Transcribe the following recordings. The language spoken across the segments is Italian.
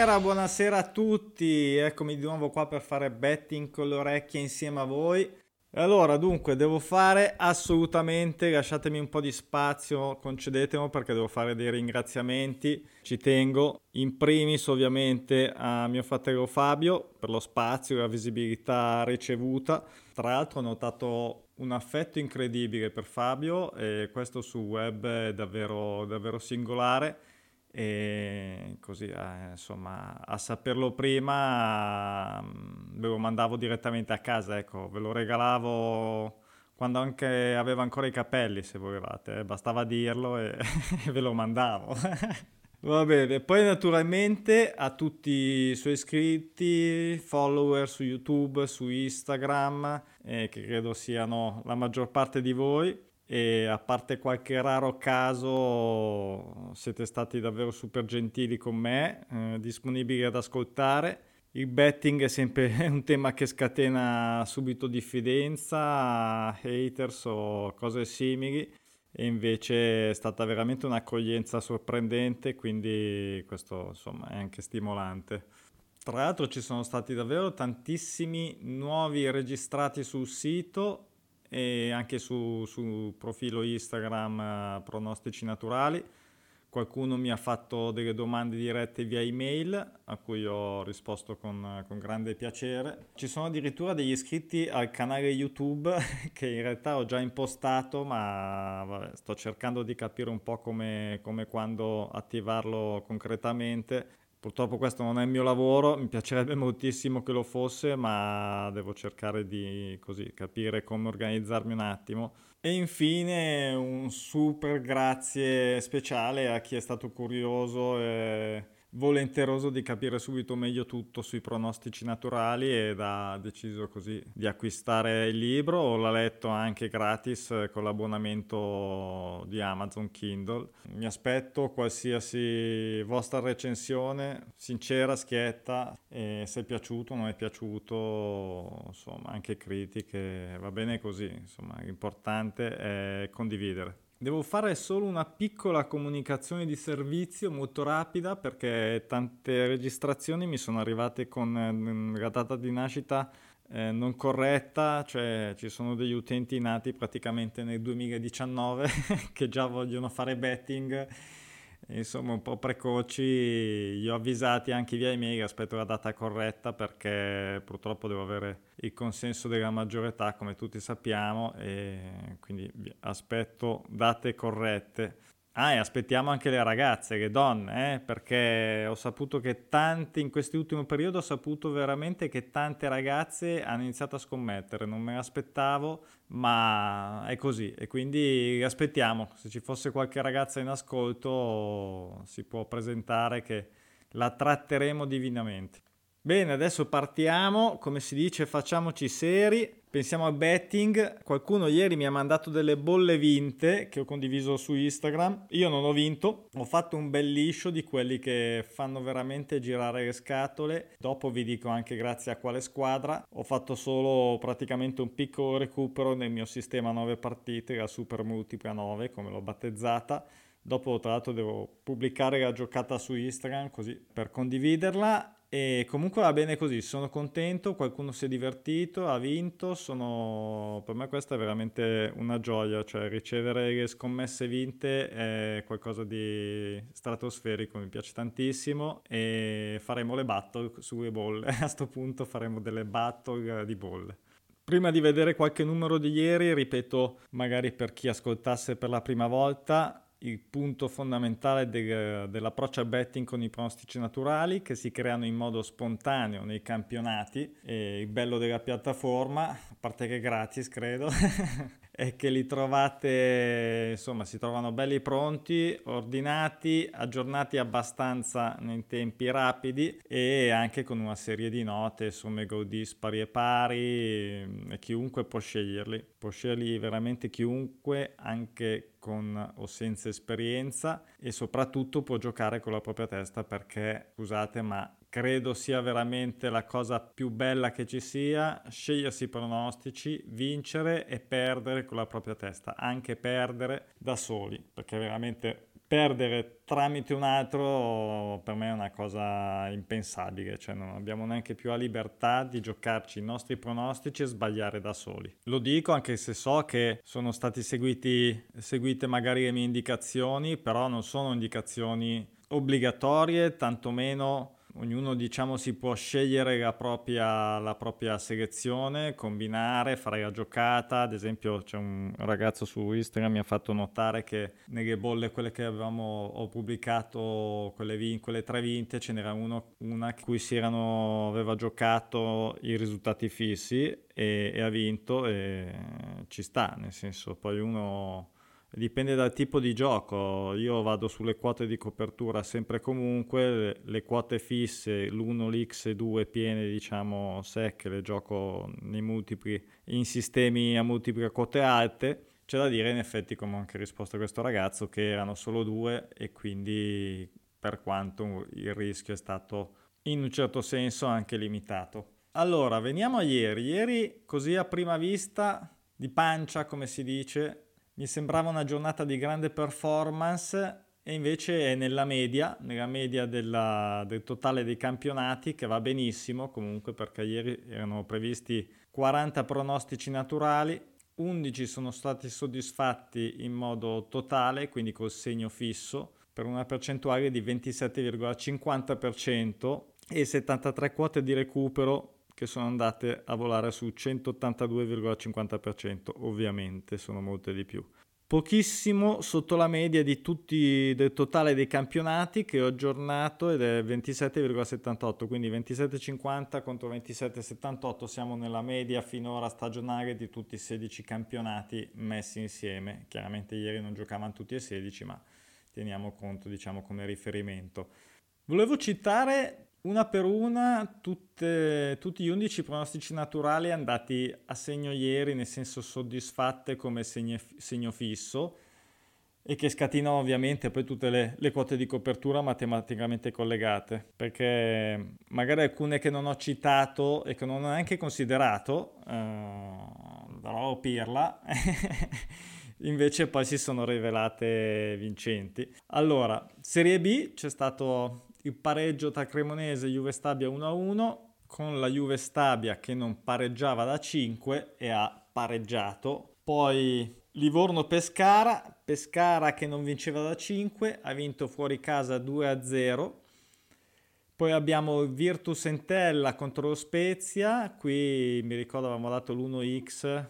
Buonasera a tutti, eccomi di nuovo qua per fare betting con le orecchie insieme a voi. Allora, dunque, devo fare assolutamente, lasciatemi un po' di spazio, concedetemelo perché devo fare dei ringraziamenti, ci tengo. In primis ovviamente a mio fratello Fabio per lo spazio e la visibilità ricevuta. Tra l'altro ho notato un affetto incredibile per Fabio e questo sul web è davvero, davvero singolare. E così, insomma, a saperlo prima, ve lo mandavo direttamente a casa, ecco, ve lo regalavo quando anche aveva ancora i capelli, se volevate, bastava dirlo e, e ve lo mandavo. Va bene, poi naturalmente a tutti i suoi iscritti, follower su YouTube, su Instagram, che credo siano la maggior parte di voi, e a parte qualche raro caso siete stati davvero super gentili con me, disponibili ad ascoltare. Il betting è sempre un tema che scatena subito diffidenza, haters o cose simili e invece è stata veramente un'accoglienza sorprendente, quindi questo insomma è anche stimolante. Tra l'altro ci sono stati davvero tantissimi nuovi registrati sul sito e anche sul profilo Instagram Pronostici Naturali. Qualcuno mi ha fatto delle domande dirette via email a cui ho risposto con grande piacere. Ci sono addirittura degli iscritti al canale YouTube che in realtà ho già impostato, ma vabbè, sto cercando di capire un po' come quando attivarlo concretamente. Purtroppo questo non è il mio lavoro, mi piacerebbe moltissimo che lo fosse, ma devo cercare di così capire come organizzarmi un attimo. E infine un super grazie speciale a chi è stato curioso e volenteroso di capire subito meglio tutto sui pronostici naturali ed ha deciso così di acquistare il libro o l'ha letto anche gratis con l'abbonamento di Amazon Kindle. Mi aspetto qualsiasi vostra recensione, sincera, schietta, e se è piaciuto o non è piaciuto, insomma, anche critiche, va bene così, insomma, l'importante è condividere. Devo fare solo una piccola comunicazione di servizio molto rapida perché tante registrazioni mi sono arrivate con la data di nascita non corretta, cioè ci sono degli utenti nati praticamente nel 2019 che già vogliono fare betting, insomma un po' precoci, li ho avvisati anche via email, aspetto la data corretta perché purtroppo devo avere il consenso della maggiore età come tutti sappiamo e quindi aspetto date corrette. Ah, e aspettiamo anche le ragazze, le donne, perché ho saputo che tante, in quest'ultimo periodo ho saputo veramente che tante ragazze hanno iniziato a scommettere, non me l'aspettavo, ma è così e quindi aspettiamo, se ci fosse qualche ragazza in ascolto si può presentare che la tratteremo divinamente. Bene, adesso partiamo, come si dice, facciamoci seri, pensiamo al betting. Qualcuno ieri mi ha mandato delle bolle vinte che ho condiviso su Instagram. Io non ho vinto, ho fatto un bel liscio di quelli che fanno veramente girare le scatole. Dopo vi dico anche grazie a quale squadra. Ho fatto solo praticamente un piccolo recupero nel mio sistema 9 partite, la Super Multipla 9, come l'ho battezzata. Dopo, tra l'altro, devo pubblicare la giocata su Instagram così per condividerla. E comunque va bene così, sono contento, qualcuno si è divertito, ha vinto, per me questa è veramente una gioia, cioè ricevere le scommesse vinte è qualcosa di stratosferico, mi piace tantissimo e faremo le battle sulle bolle, a sto punto faremo delle battle di bolle. Prima di vedere qualche numero di ieri, ripeto, magari per chi ascoltasse per la prima volta, il punto fondamentale dell'approccio al betting con i pronostici naturali che si creano in modo spontaneo nei campionati e il bello della piattaforma, a parte che è gratis credo, è che li trovate, insomma, si trovano belli pronti, ordinati, aggiornati abbastanza in tempi rapidi e anche con una serie di note, somme gol dispari e pari e chiunque può sceglierli veramente chiunque, anche con o senza esperienza e soprattutto può giocare con la propria testa perché, scusate, ma credo sia veramente la cosa più bella che ci sia, scegliersi i pronostici, vincere e perdere con la propria testa, anche perdere da soli, perché veramente perdere tramite un altro per me è una cosa impensabile, cioè non abbiamo neanche più la libertà di giocarci i nostri pronostici e sbagliare da soli. Lo dico anche se so che sono stati seguite magari le mie indicazioni, però non sono indicazioni obbligatorie, tantomeno ognuno diciamo si può scegliere la propria selezione, combinare, fare la giocata. Ad esempio c'è un ragazzo su Instagram mi ha fatto notare che nelle bolle quelle che ho pubblicato, quelle tre vinte, ce n'era una in cui aveva giocato i risultati fissi e ha vinto e ci sta, nel senso poi uno. Dipende dal tipo di gioco, io vado sulle quote di copertura sempre e comunque, le quote fisse, l'1, l'X e 2 piene diciamo secche, le gioco nei multipli, in sistemi a multiple quote alte. C'è da dire in effetti, come ho anche risposto a questo ragazzo, che erano solo due e quindi per quanto il rischio è stato in un certo senso anche limitato. Allora, veniamo a ieri. Ieri, così a prima vista, di pancia come si dice, mi sembrava una giornata di grande performance e invece è nella media del totale dei campionati, che va benissimo comunque perché ieri erano previsti 40 pronostici naturali, 11 sono stati soddisfatti in modo totale, quindi col segno fisso, per una percentuale di 27,50% e 73 quote di recupero che sono andate a volare su 182,50%, ovviamente sono molte di più. Pochissimo sotto la media del totale dei campionati che ho aggiornato ed è 27,78, quindi 27,50 contro 27,78, siamo nella media finora stagionale di tutti i 16 campionati messi insieme. Chiaramente ieri non giocavano tutti e 16, ma teniamo conto diciamo come riferimento. Volevo citare una per una tutti gli 11 pronostici naturali andati a segno ieri, nel senso soddisfatte come segno fisso e che scatenano ovviamente poi tutte le quote di copertura matematicamente collegate, perché magari alcune che non ho citato e che non ho neanche considerato, però pirla, invece poi si sono rivelate vincenti. Allora, Serie B c'è stato il pareggio tra Cremonese e Juve Stabia 1-1, con la Juve Stabia che non pareggiava da 5 e ha pareggiato. Poi Livorno-Pescara che non vinceva da 5, ha vinto fuori casa 2-0. Poi abbiamo il Virtus Entella contro lo Spezia, qui mi ricordo avevamo dato l'1x,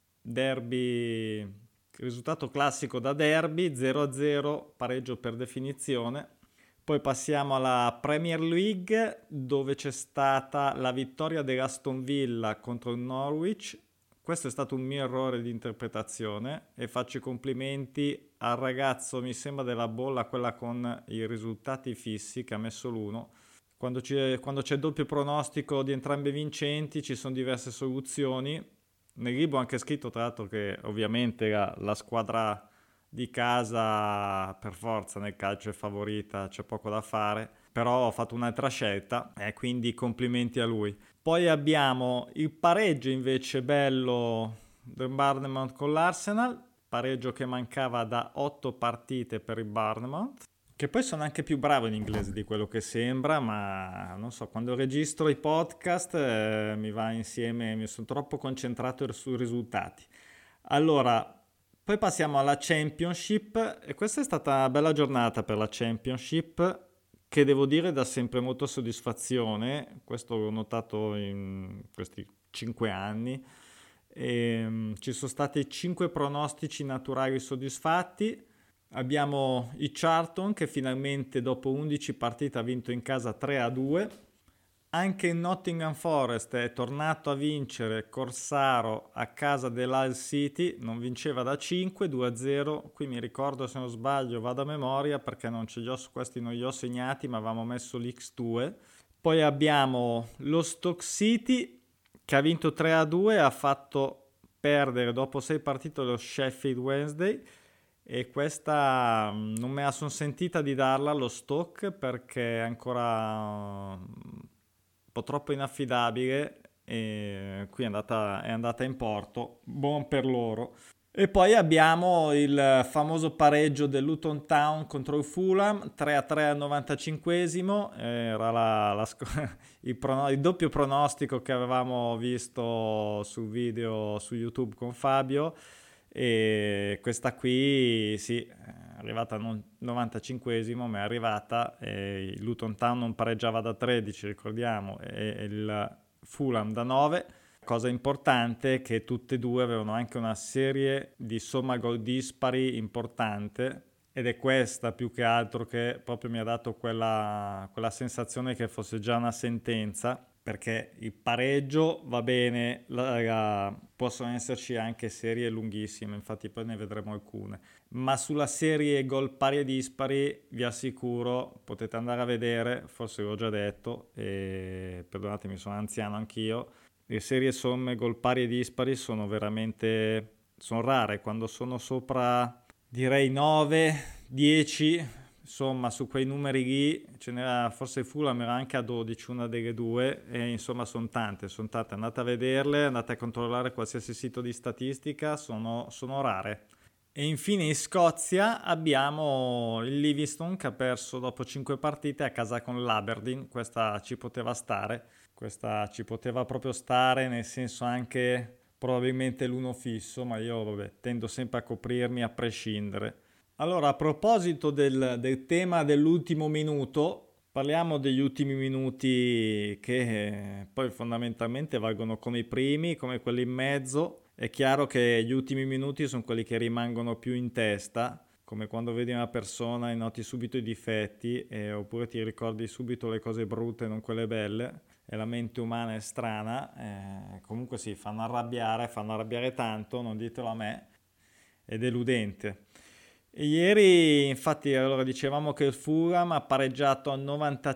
derby, risultato classico da derby, 0-0, pareggio per definizione. Poi passiamo alla Premier League dove c'è stata la vittoria dell'Aston Villa contro il Norwich. Questo è stato un mio errore di interpretazione e faccio i complimenti al ragazzo, mi sembra della bolla, quella con i risultati fissi, che ha messo l'1. Quando c'è doppio pronostico di entrambi vincenti ci sono diverse soluzioni. Nel libro ho anche scritto tra l'altro che ovviamente la squadra di casa per forza nel calcio è favorita, c'è poco da fare, però ho fatto un'altra scelta e quindi complimenti a lui. Poi abbiamo il pareggio invece bello del Bournemouth con l'Arsenal, pareggio che mancava da 8 partite per il Bournemouth, che poi sono anche più bravo in inglese di quello che sembra, ma non so, quando registro i podcast mi va insieme, mi sono troppo concentrato sui risultati. Allora, poi passiamo alla Championship e questa è stata una bella giornata per la Championship che devo dire dà sempre molta soddisfazione, questo l'ho notato in questi 5 anni. Ci sono stati 5 pronostici naturali soddisfatti. Abbiamo i Charlton che finalmente dopo 11 partite ha vinto in casa 3-2. Anche il Nottingham Forest è tornato a vincere Corsaro a casa dell'Hull City, non vinceva da 5, 2-0. Qui mi ricordo, se non sbaglio, vado a memoria perché non ce li ho, questi non li ho segnati, ma avevamo messo l'X2. Poi abbiamo lo Stoke City che ha vinto 3-2 e ha fatto perdere dopo 6 partite lo Sheffield Wednesday. E questa non me la sono sentita di darla allo Stoke perché è ancora un po' troppo inaffidabile e qui è andata in porto, buon per loro. E poi abbiamo il famoso pareggio del Luton Town contro il Fulham, 3-3 al 95esimo, era il doppio pronostico che avevamo visto sul video su YouTube con Fabio, e questa qui sì, è arrivata al 95esimo, ma è arrivata, il Luton Town non pareggiava da 13, ricordiamo, e il Fulham da 9. Cosa importante è che tutte e due avevano anche una serie di somma gol dispari importante, ed è questa più che altro che proprio mi ha dato quella sensazione che fosse già una sentenza, perché il pareggio va bene, possono esserci anche serie lunghissime, infatti poi ne vedremo alcune, ma sulla serie gol pari e dispari vi assicuro, potete andare a vedere, forse l'ho già detto, e perdonatemi, sono anziano anch'io, le serie somme gol pari e dispari sono veramente sono rare, quando sono sopra direi 9, 10, insomma su quei numeri lì ce n'era, forse il Fulham era anche a 12, una delle due, e insomma sono tante, andate a vederle, andate a controllare qualsiasi sito di statistica, sono rare. E infine in Scozia abbiamo il Livingston che ha perso dopo 5 partite a casa con l'Aberdeen, questa ci poteva proprio stare, nel senso anche probabilmente l'uno fisso, ma io vabbè, tendo sempre a coprirmi a prescindere. Allora, a proposito del tema dell'ultimo minuto, parliamo degli ultimi minuti che poi fondamentalmente valgono come i primi, come quelli in mezzo. È chiaro che gli ultimi minuti sono quelli che rimangono più in testa, come quando vedi una persona e noti subito i difetti, oppure ti ricordi subito le cose brutte, non quelle belle, e la mente umana è strana, comunque sì, fanno arrabbiare tanto, non ditelo a me, è deludente. E ieri, infatti, allora dicevamo che il Fulham ha pareggiato al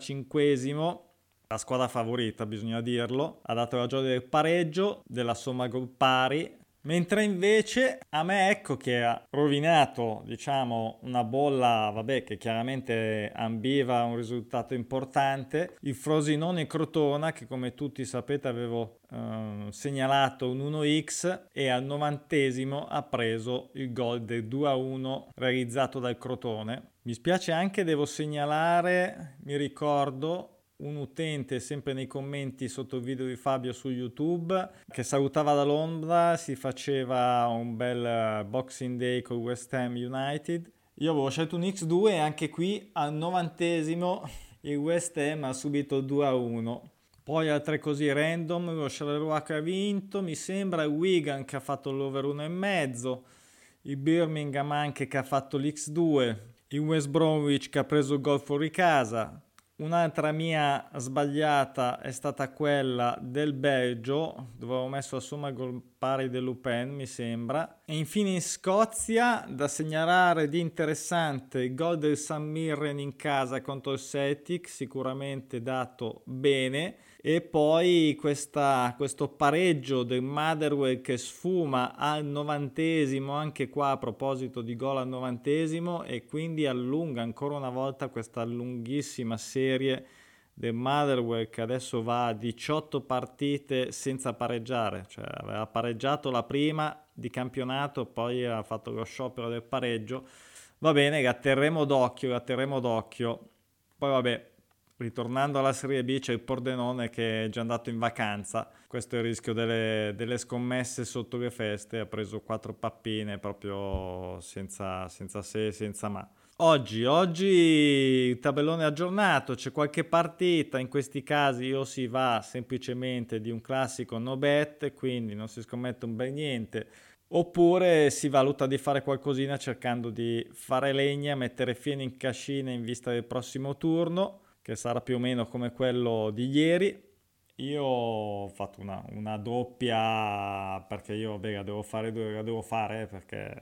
95esimo, la squadra favorita, bisogna dirlo, ha dato ragione del pareggio, della somma gol pari, mentre invece a me ecco che ha rovinato, diciamo, una bolla, vabbè, che chiaramente ambiva un risultato importante, il Frosinone Crotona, che come tutti sapete avevo segnalato un 1x, e al 90esimo ha preso il gol del 2-1 realizzato dal Crotone. Mi spiace anche, devo segnalare, mi ricordo, un utente sempre nei commenti sotto il video di Fabio su YouTube che salutava da Londra, si faceva un bel Boxing Day con West Ham United. Io avevo scelto un X2 e anche qui al 90esimo il West Ham ha subito 2-1. Poi altre così random, lo Charleroi che ha vinto, mi sembra, il Wigan che ha fatto l'over 1,5, il Birmingham anche che ha fatto l'X2, il West Bromwich che ha preso il gol fuori casa. Un'altra mia sbagliata è stata quella del Belgio, dove avevo messo la somma gol pari del Lupin, mi sembra. E infine in Scozia, da segnalare di interessante, il gol del St. Mirren in casa contro il Celtic, sicuramente dato bene. E poi questo pareggio del Motherwell che sfuma al 90esimo, anche qua a proposito di gol al 90esimo, e quindi allunga ancora una volta questa lunghissima serie del Motherwell che adesso va a 18 partite senza pareggiare, cioè aveva pareggiato la prima di campionato, poi ha fatto lo sciopero del pareggio. Va bene, la terremo d'occhio, la terremo d'occhio. Poi vabbè, ritornando alla Serie B c'è il Pordenone che è già andato in vacanza, questo è il rischio delle scommesse sotto le feste, ha preso 4 pappine proprio senza se e senza ma. Oggi il tabellone è aggiornato, c'è qualche partita, in questi casi o si va semplicemente di un classico no bet, quindi non si scommette un bel niente, oppure si valuta di fare qualcosina cercando di fare legna, mettere fieno in cascina in vista del prossimo turno, che sarà più o meno come quello di ieri. Io ho fatto una doppia perché io vabbè, la devo fare perché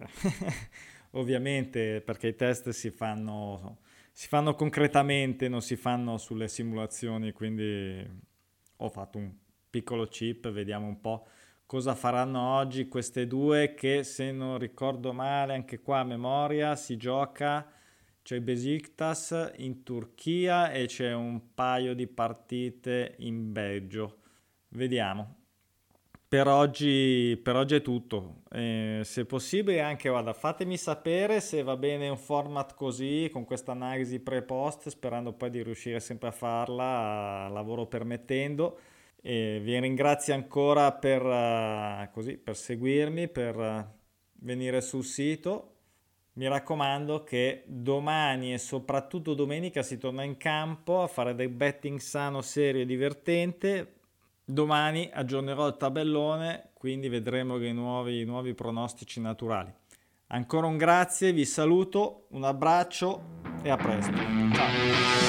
ovviamente perché i test si fanno concretamente, non si fanno sulle simulazioni, quindi ho fatto un piccolo chip, vediamo un po' cosa faranno oggi queste due che, se non ricordo male, anche qua a memoria si gioca, c'è il Besiktas in Turchia e c'è un paio di partite in Belgio. Vediamo. Per oggi è tutto. Se possibile, anche guarda, fatemi sapere se va bene un format così, con questa analisi pre-post, sperando poi di riuscire sempre a farla, lavoro permettendo. E vi ringrazio ancora per seguirmi, per venire sul sito. Mi raccomando che domani e soprattutto domenica si torna in campo a fare del betting sano, serio e divertente. Domani aggiornerò il tabellone, quindi vedremo i nuovi pronostici naturali. Ancora un grazie, vi saluto, un abbraccio e a presto. Ciao!